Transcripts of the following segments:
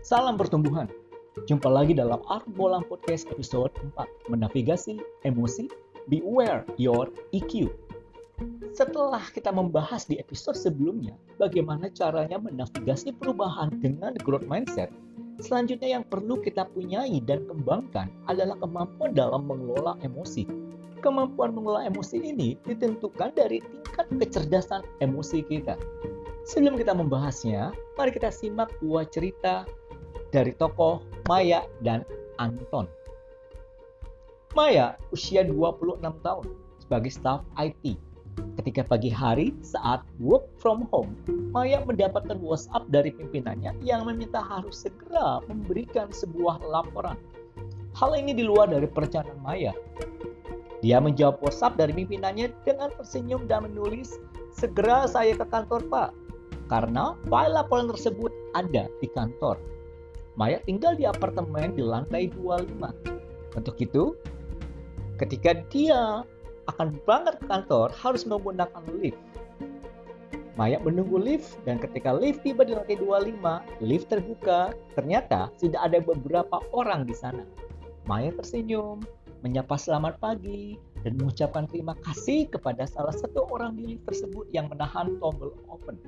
Salam pertumbuhan. Jumpa lagi dalam Art Bolang Podcast episode 4, Menavigasi Emosi, Beware Your EQ. Setelah kita membahas di episode sebelumnya, bagaimana caranya menavigasi perubahan dengan growth mindset, selanjutnya yang perlu kita punyai dan kembangkan adalah kemampuan dalam mengelola emosi. Kemampuan mengelola emosi ini ditentukan dari tingkat kecerdasan emosi kita. Sebelum kita membahasnya, mari kita simak dua cerita dari tokoh Maya dan Anton. Maya usia 26 tahun sebagai staf IT. Ketika pagi hari saat work from home, Maya mendapatkan WhatsApp dari pimpinannya yang meminta harus segera memberikan sebuah laporan. Hal ini di luar dari perencanaan Maya. Dia menjawab WhatsApp dari pimpinannya dengan tersenyum dan menulis, "Segera saya ke kantor, Pak, karena file laporan tersebut ada di kantor." Maya tinggal di apartemen di lantai 25. Untuk itu, ketika dia akan berangkat ke kantor, harus menggunakan lift. Maya menunggu lift, dan ketika lift tiba di lantai 25, lift terbuka. Ternyata sudah ada beberapa orang di sana. Maya tersenyum, menyapa selamat pagi, dan mengucapkan terima kasih kepada salah satu orang di lift tersebut yang menahan tombol open.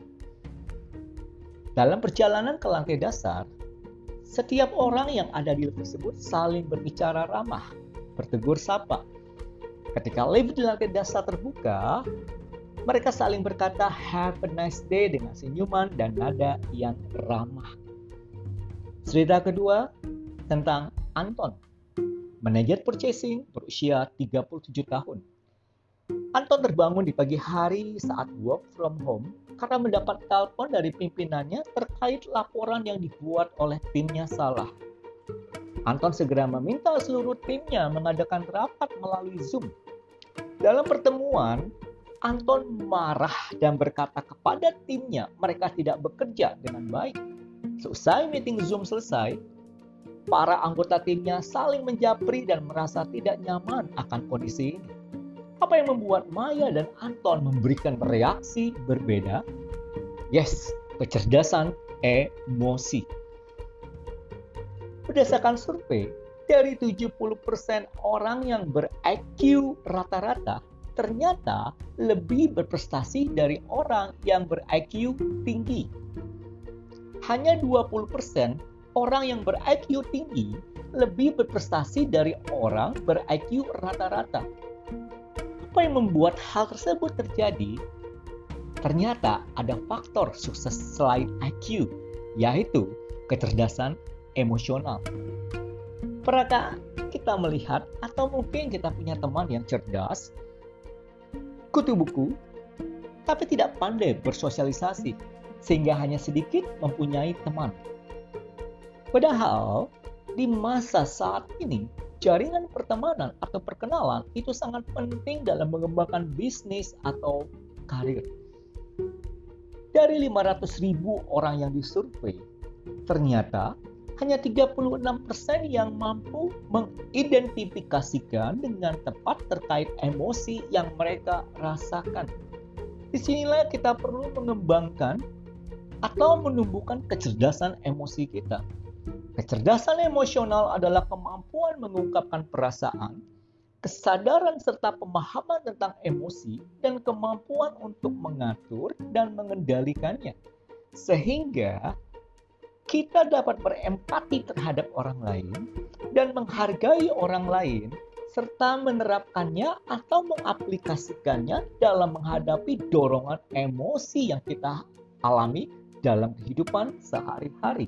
Dalam perjalanan ke lantai dasar, setiap orang yang ada di lift tersebut saling berbicara ramah, bertegur sapa. Ketika lift di lantai dasar terbuka, mereka saling berkata "Have a nice day" dengan senyuman dan nada yang ramah. Cerita kedua tentang Anton, manajer purchasing berusia 37 tahun. Anton terbangun di pagi hari saat work from home karena mendapat telepon dari pimpinannya terkait laporan yang dibuat oleh timnya salah. Anton segera meminta seluruh timnya mengadakan rapat melalui Zoom. Dalam pertemuan, Anton marah dan berkata kepada timnya mereka tidak bekerja dengan baik. Seusai meeting Zoom selesai, para anggota timnya saling menjapri dan merasa tidak nyaman akan kondisi ini. Apa yang membuat Maya dan Anton memberikan reaksi berbeda? Yes, kecerdasan emosi. Berdasarkan survei, dari 70% orang yang ber-IQ rata-rata ternyata lebih berprestasi dari orang yang ber-IQ tinggi. Hanya 20% orang yang ber-IQ tinggi lebih berprestasi dari orang ber-IQ rata-rata. Apa yang membuat hal tersebut terjadi? Ternyata ada faktor sukses selain IQ, yaitu kecerdasan emosional. Pernahkah kita melihat atau mungkin kita punya teman yang cerdas, kutu buku, tapi tidak pandai bersosialisasi, sehingga hanya sedikit mempunyai teman? Padahal di masa saat ini, jaringan pertemanan atau perkenalan itu sangat penting dalam mengembangkan bisnis atau karir. Dari 500.000 orang yang disurvei, ternyata hanya 36% yang mampu mengidentifikasikan dengan tepat terkait emosi yang mereka rasakan. Disinilah kita perlu mengembangkan atau menumbuhkan kecerdasan emosi kita. Kecerdasan emosional adalah kemampuan mengungkapkan perasaan, kesadaran serta pemahaman tentang emosi, dan kemampuan untuk mengatur dan mengendalikannya. Sehingga kita dapat berempati terhadap orang lain dan menghargai orang lain, serta menerapkannya atau mengaplikasikannya dalam menghadapi dorongan emosi yang kita alami dalam kehidupan sehari-hari.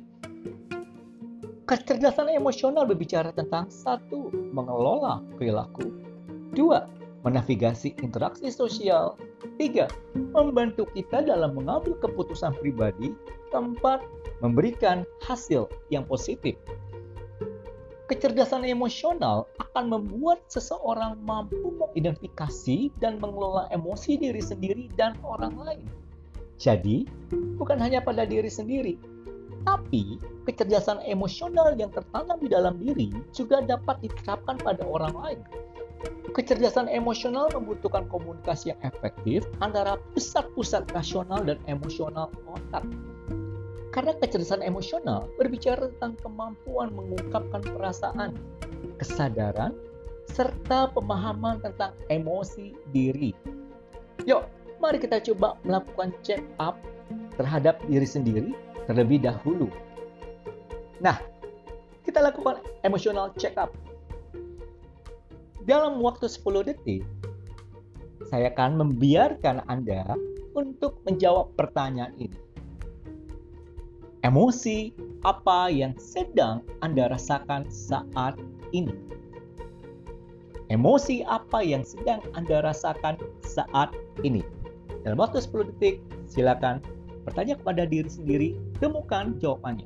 Kecerdasan emosional berbicara tentang 1. Mengelola perilaku, 2. Menavigasi interaksi sosial, 3. Membantu kita dalam mengambil keputusan pribadi, 4. Memberikan hasil yang positif. Kecerdasan emosional akan membuat seseorang mampu mengidentifikasi dan mengelola emosi diri sendiri dan orang lain. Jadi, bukan hanya pada diri sendiri, tapi kecerdasan emosional yang tertanam di dalam diri juga dapat diterapkan pada orang lain. Kecerdasan emosional membutuhkan komunikasi yang efektif antara pusat-pusat rasional dan emosional otak. Karena kecerdasan emosional berbicara tentang kemampuan mengungkapkan perasaan, kesadaran, serta pemahaman tentang emosi diri. Yuk, mari kita coba melakukan check up terhadap diri sendiri terlebih dahulu. Nah, kita lakukan emotional check up. Dalam waktu 10 detik, saya akan membiarkan Anda untuk menjawab pertanyaan ini. Emosi apa yang sedang Anda rasakan saat ini? Emosi apa yang sedang Anda rasakan saat ini? Dalam waktu 10 detik, silakan bertanya kepada diri sendiri, temukan jawabannya.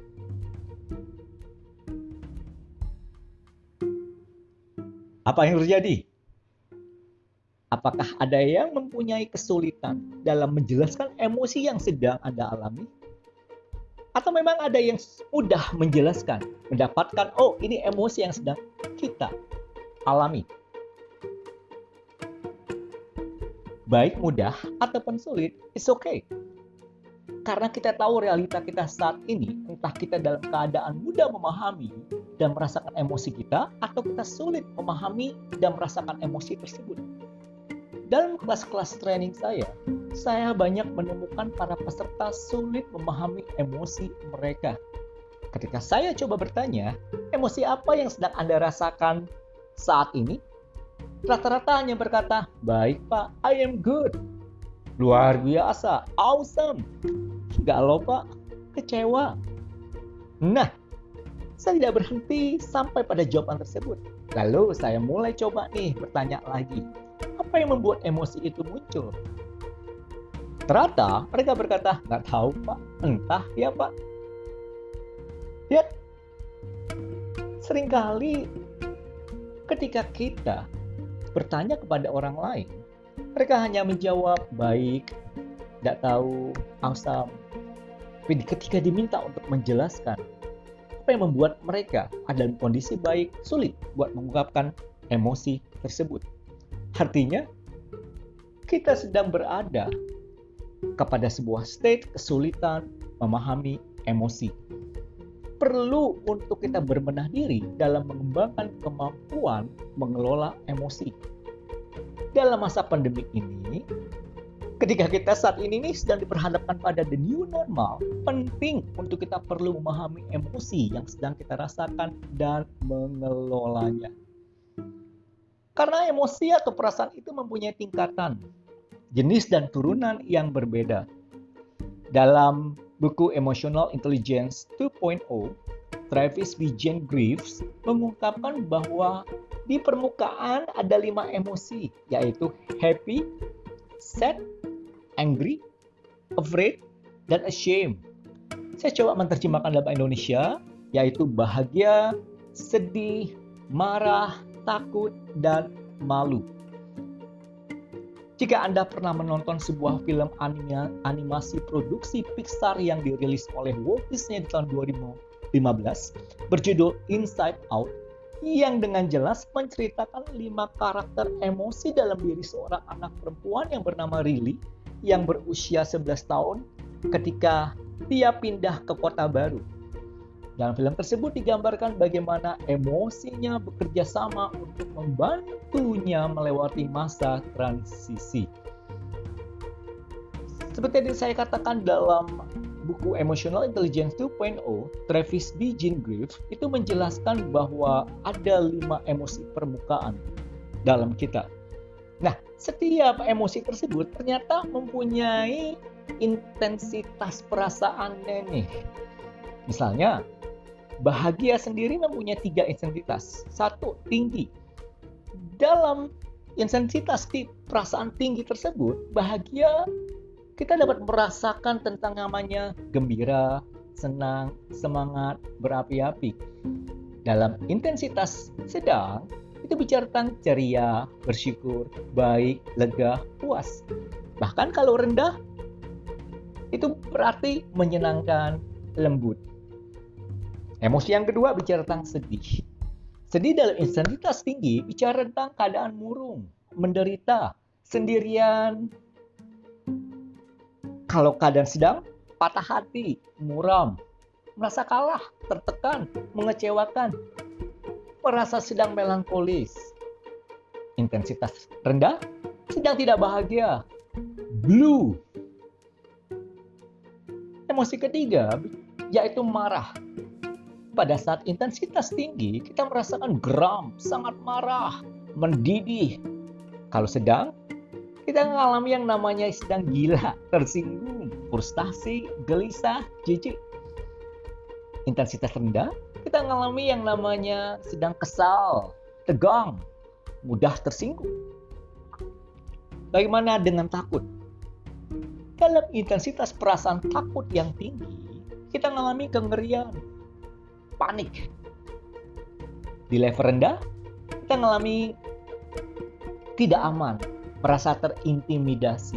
Apa yang terjadi? Apakah ada yang mempunyai kesulitan dalam menjelaskan emosi yang sedang Anda alami? Atau memang ada yang mudah menjelaskan, mendapatkan, oh ini emosi yang sedang kita alami. Baik mudah ataupun sulit, it's okay. Karena kita tahu realita kita saat ini, entah kita dalam keadaan mudah memahami dan merasakan emosi kita, atau kita sulit memahami dan merasakan emosi tersebut. Dalam kelas-kelas training saya banyak menemukan para peserta sulit memahami emosi mereka. Ketika saya coba bertanya, emosi apa yang sedang Anda rasakan saat ini? Rata-rata hanya berkata, baik Pak, I am good. Luar biasa, awesome. Galau Pak, kecewa. Nah, saya tidak berhenti sampai pada jawaban tersebut. Lalu saya mulai coba bertanya lagi. Apa yang membuat emosi itu muncul? Ternyata mereka berkata, nggak tahu Pak, entah ya Pak. Ya, seringkali ketika kita bertanya kepada orang lain, mereka hanya menjawab baik, nggak tahu, awesome. Tapi ketika diminta untuk menjelaskan apa yang membuat mereka ada dalam kondisi baik, sulit buat mengungkapkan emosi tersebut. Artinya, kita sedang berada kepada sebuah state kesulitan memahami emosi. Perlu untuk kita berbenah diri dalam mengembangkan kemampuan mengelola emosi. Dalam masa pandemi ini, ketika kita saat ini sedang diperhadapkan pada the new normal, penting untuk kita perlu memahami emosi yang sedang kita rasakan dan mengelolanya. Karena emosi atau perasaan itu mempunyai tingkatan, jenis dan turunan yang berbeda. Dalam buku Emotional Intelligence 2.0, Travis B. Jane Greaves mengungkapkan bahwa di permukaan ada 5 emosi, yaitu happy, sad, angry, afraid, dan ashamed. Saya coba menerjemahkan dalam Indonesia, yaitu bahagia, sedih, marah, takut, dan malu. Jika Anda pernah menonton sebuah film animasi produksi Pixar yang dirilis oleh Walt Disney di tahun 2015 berjudul Inside Out, yang dengan jelas menceritakan 5 karakter emosi dalam diri seorang anak perempuan yang bernama Riley yang berusia 11 tahun ketika dia pindah ke kota baru. Dalam film tersebut digambarkan bagaimana emosinya bekerja sama untuk membantunya melewati masa transisi. Seperti yang saya katakan dalam buku Emotional Intelligence 2.0, Travis B. Jane Greaves itu menjelaskan bahwa ada 5 emosi permukaan dalam kita. Nah, setiap emosi tersebut ternyata mempunyai intensitas perasaannya nih. Misalnya, bahagia sendiri mempunyai 3 intensitas. 1, tinggi. Dalam intensitas perasaan tinggi tersebut, bahagia kita dapat merasakan tentang namanya gembira, senang, semangat, berapi-api. Dalam intensitas sedang, itu bicara tentang ceria, bersyukur, baik, lega, puas. Bahkan kalau rendah, itu berarti menyenangkan, lembut. Emosi yang kedua bicara tentang sedih. Sedih dalam intensitas tinggi bicara tentang keadaan murung, menderita, sendirian. Kalau keadaan sedang, patah hati, muram, merasa kalah, tertekan, mengecewakan, merasa sedang melankolis. Intensitas rendah, sedang tidak bahagia, blue. Emosi ketiga yaitu marah. Pada saat intensitas tinggi, kita merasakan geram, sangat marah, mendidih. Kalau sedang, kita mengalami yang namanya sedang gila, tersinggung, frustasi, gelisah, jijik. Intensitas rendah, kita mengalami yang namanya sedang kesal, tegang, mudah tersinggung. Bagaimana dengan takut? Dalam intensitas perasaan takut yang tinggi, kita mengalami kengerian, panik. Di level rendah, kita mengalami tidak aman, merasa terintimidasi.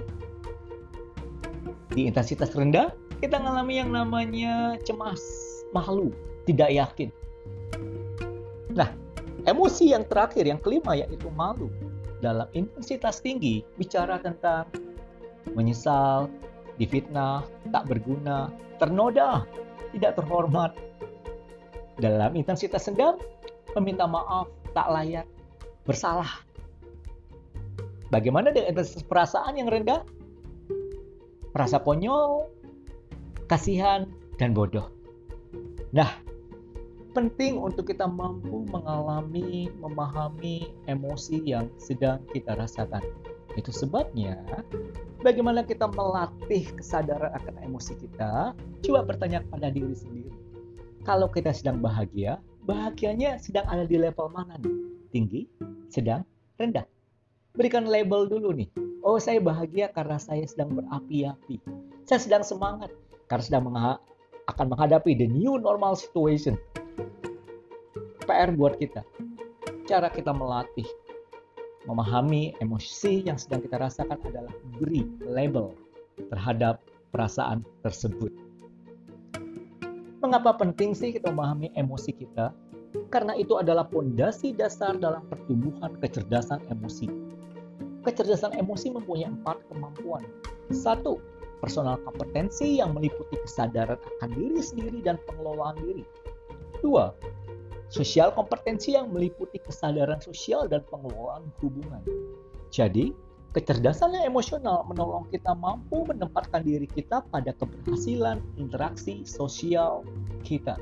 Di intensitas rendah, kita mengalami yang namanya cemas, malu, tidak yakin. Nah, emosi yang terakhir, yang kelima yaitu malu. Dalam intensitas tinggi, bicara tentang menyesal, difitnah, tak berguna, ternoda, tidak terhormat. Dalam intensitas sedang, meminta maaf, tak layak, bersalah. Bagaimana dengan intensitas perasaan yang rendah? Merasa konyol, kasihan, dan bodoh. Nah, penting untuk kita mampu mengalami, memahami emosi yang sedang kita rasakan. Itu sebabnya, bagaimana kita melatih kesadaran akan emosi kita? Coba bertanya kepada diri sendiri. Kalau kita sedang bahagia, bahagianya sedang ada di level mana nih? Tinggi, sedang, rendah. Berikan label dulu nih. Oh, saya bahagia karena saya sedang berapi-api. Saya sedang semangat karena sedang akan menghadapi the new normal situation. PR buat kita. Cara kita melatih, memahami emosi yang sedang kita rasakan adalah beri label terhadap perasaan tersebut. Mengapa penting sih kita memahami emosi kita? Karena itu adalah fondasi dasar dalam pertumbuhan kecerdasan emosi. Kecerdasan emosi mempunyai 4 kemampuan. 1. Personal kompetensi yang meliputi kesadaran akan diri sendiri dan pengelolaan diri. 2. Sosial kompetensi yang meliputi kesadaran sosial dan pengelolaan hubungan. Jadi, kecerdasan yang emosional menolong kita mampu menempatkan diri kita pada keberhasilan interaksi sosial kita.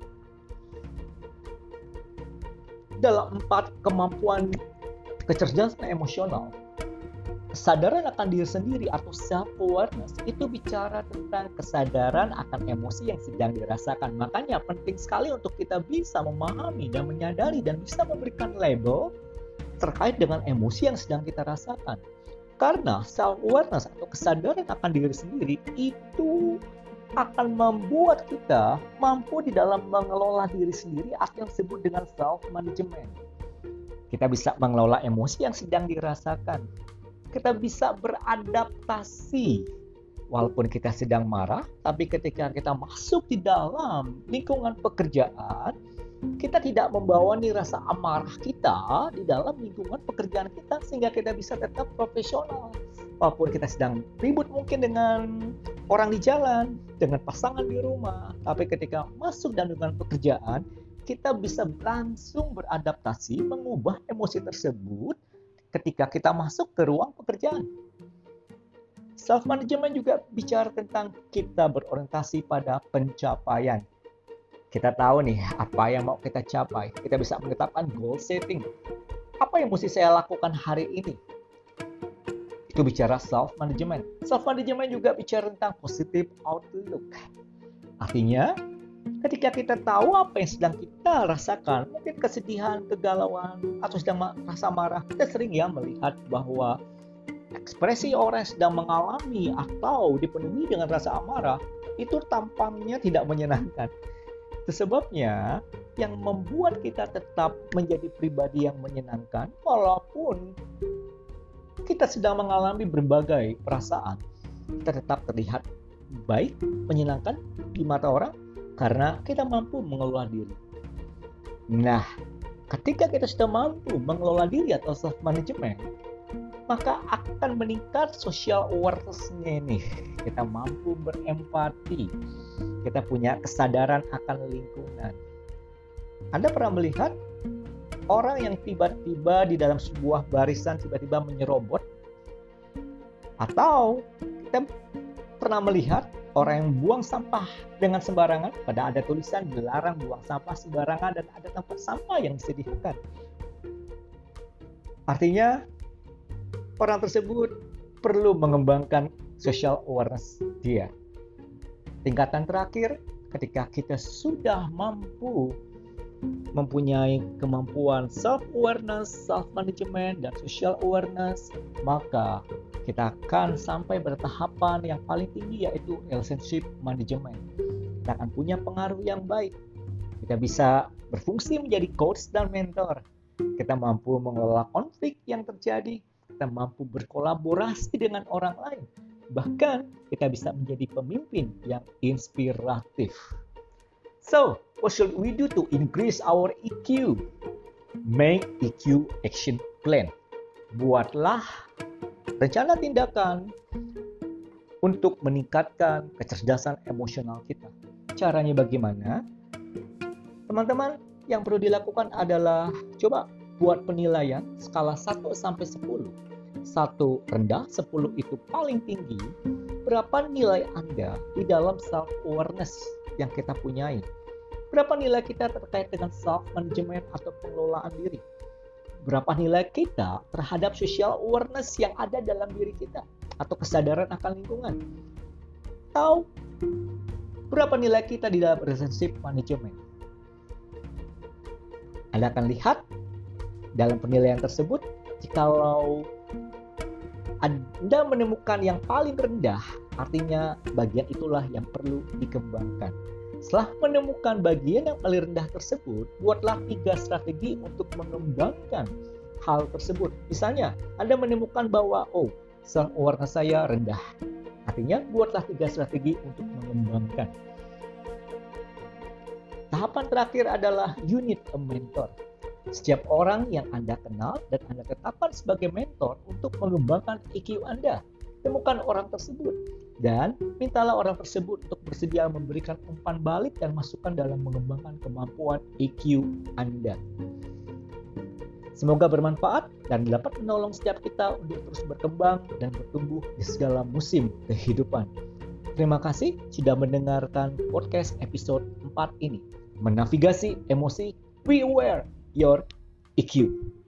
Dalam 4 kemampuan kecerdasan emosional, kesadaran akan diri sendiri atau self-awareness itu bicara tentang kesadaran akan emosi yang sedang dirasakan. Makanya penting sekali untuk kita bisa memahami dan menyadari dan bisa memberikan label terkait dengan emosi yang sedang kita rasakan. Karena self-awareness atau kesadaran akan diri sendiri itu akan membuat kita mampu di dalam mengelola diri sendiri atau yang disebut dengan self-management. Kita bisa mengelola emosi yang sedang dirasakan. Kita bisa beradaptasi walaupun kita sedang marah, tapi ketika kita masuk di dalam lingkungan pekerjaan, kita tidak membawa nih rasa amarah kita di dalam lingkungan pekerjaan kita sehingga kita bisa tetap profesional. Walaupun kita sedang ribut mungkin dengan orang di jalan, dengan pasangan di rumah, tapi ketika masuk dalam lingkungan pekerjaan, kita bisa langsung beradaptasi, mengubah emosi tersebut ketika kita masuk ke ruang pekerjaan. Self-management juga bicara tentang kita berorientasi pada pencapaian. Kita tahu nih apa yang mau kita capai. Kita bisa menetapkan goal setting. Apa yang mesti saya lakukan hari ini? Itu bicara self-management. Self-management juga bicara tentang positive outlook. Artinya, ketika kita tahu apa yang sedang kita rasakan, mungkin kesedihan, kegalauan, atau sedang merasa marah, kita sering ya melihat bahwa ekspresi orang yang sedang mengalami atau dipenuhi dengan rasa amarah itu tampaknya tidak menyenangkan. Itu sebabnya yang membuat kita tetap menjadi pribadi yang menyenangkan walaupun kita sedang mengalami berbagai perasaan, kita tetap terlihat baik, menyenangkan di mata orang karena kita mampu mengelola diri. Nah, ketika kita sudah mampu mengelola diri atau self-management, maka akan meningkat social awareness-nya nih. Kita mampu berempati, kita punya kesadaran akan lingkungan. Anda pernah melihat orang yang tiba-tiba di dalam sebuah barisan tiba-tiba menyerobot? Atau kita pernah melihat orang yang buang sampah dengan sembarangan, pada ada tulisan dilarang buang sampah sembarangan dan ada tempat sampah yang disediakan. Artinya orang tersebut perlu mengembangkan social awareness dia. Tingkatan terakhir, ketika kita sudah mempunyai kemampuan self-awareness, self-management, dan social awareness, maka kita akan sampai bertahapan yang paling tinggi, yaitu relationship management. Kita akan punya pengaruh yang baik. Kita bisa berfungsi menjadi coach dan mentor. Kita mampu mengelola konflik yang terjadi. Kita mampu berkolaborasi dengan orang lain. Bahkan kita bisa menjadi pemimpin yang inspiratif. So, what should we do to increase our EQ? Make EQ action plan. Buatlah rencana tindakan untuk meningkatkan kecerdasan emosional kita. Caranya bagaimana? Teman-teman, yang perlu dilakukan adalah coba buat penilaian skala 1 sampai 10. 1 rendah, 10 itu paling tinggi. Berapa nilai Anda di dalam self-awareness yang kita punyai? Berapa nilai kita terkait dengan self-management atau pengelolaan diri? Berapa nilai kita terhadap social awareness yang ada dalam diri kita atau kesadaran akan lingkungan? Atau berapa nilai kita di dalam relationship management? Anda akan lihat dalam penilaian tersebut, jikalau Anda menemukan yang paling rendah, artinya bagian itulah yang perlu dikembangkan. Setelah menemukan bagian yang paling rendah tersebut, buatlah 3 strategi untuk mengembangkan hal tersebut. Misalnya, Anda menemukan bahwa, self-awareness saya rendah. Artinya, buatlah 3 strategi untuk mengembangkan. Tahapan terakhir adalah you need a mentor. Setiap orang yang Anda kenal dan Anda tetapkan sebagai mentor untuk mengembangkan EQ Anda. Temukan orang tersebut dan mintalah orang tersebut untuk bersedia memberikan umpan balik dan masukan dalam mengembangkan kemampuan EQ Anda. Semoga bermanfaat dan dapat menolong setiap kita untuk terus berkembang dan bertumbuh di segala musim kehidupan. Terima kasih sudah mendengarkan podcast episode 4 ini. Menavigasi emosi, be aware your EQ.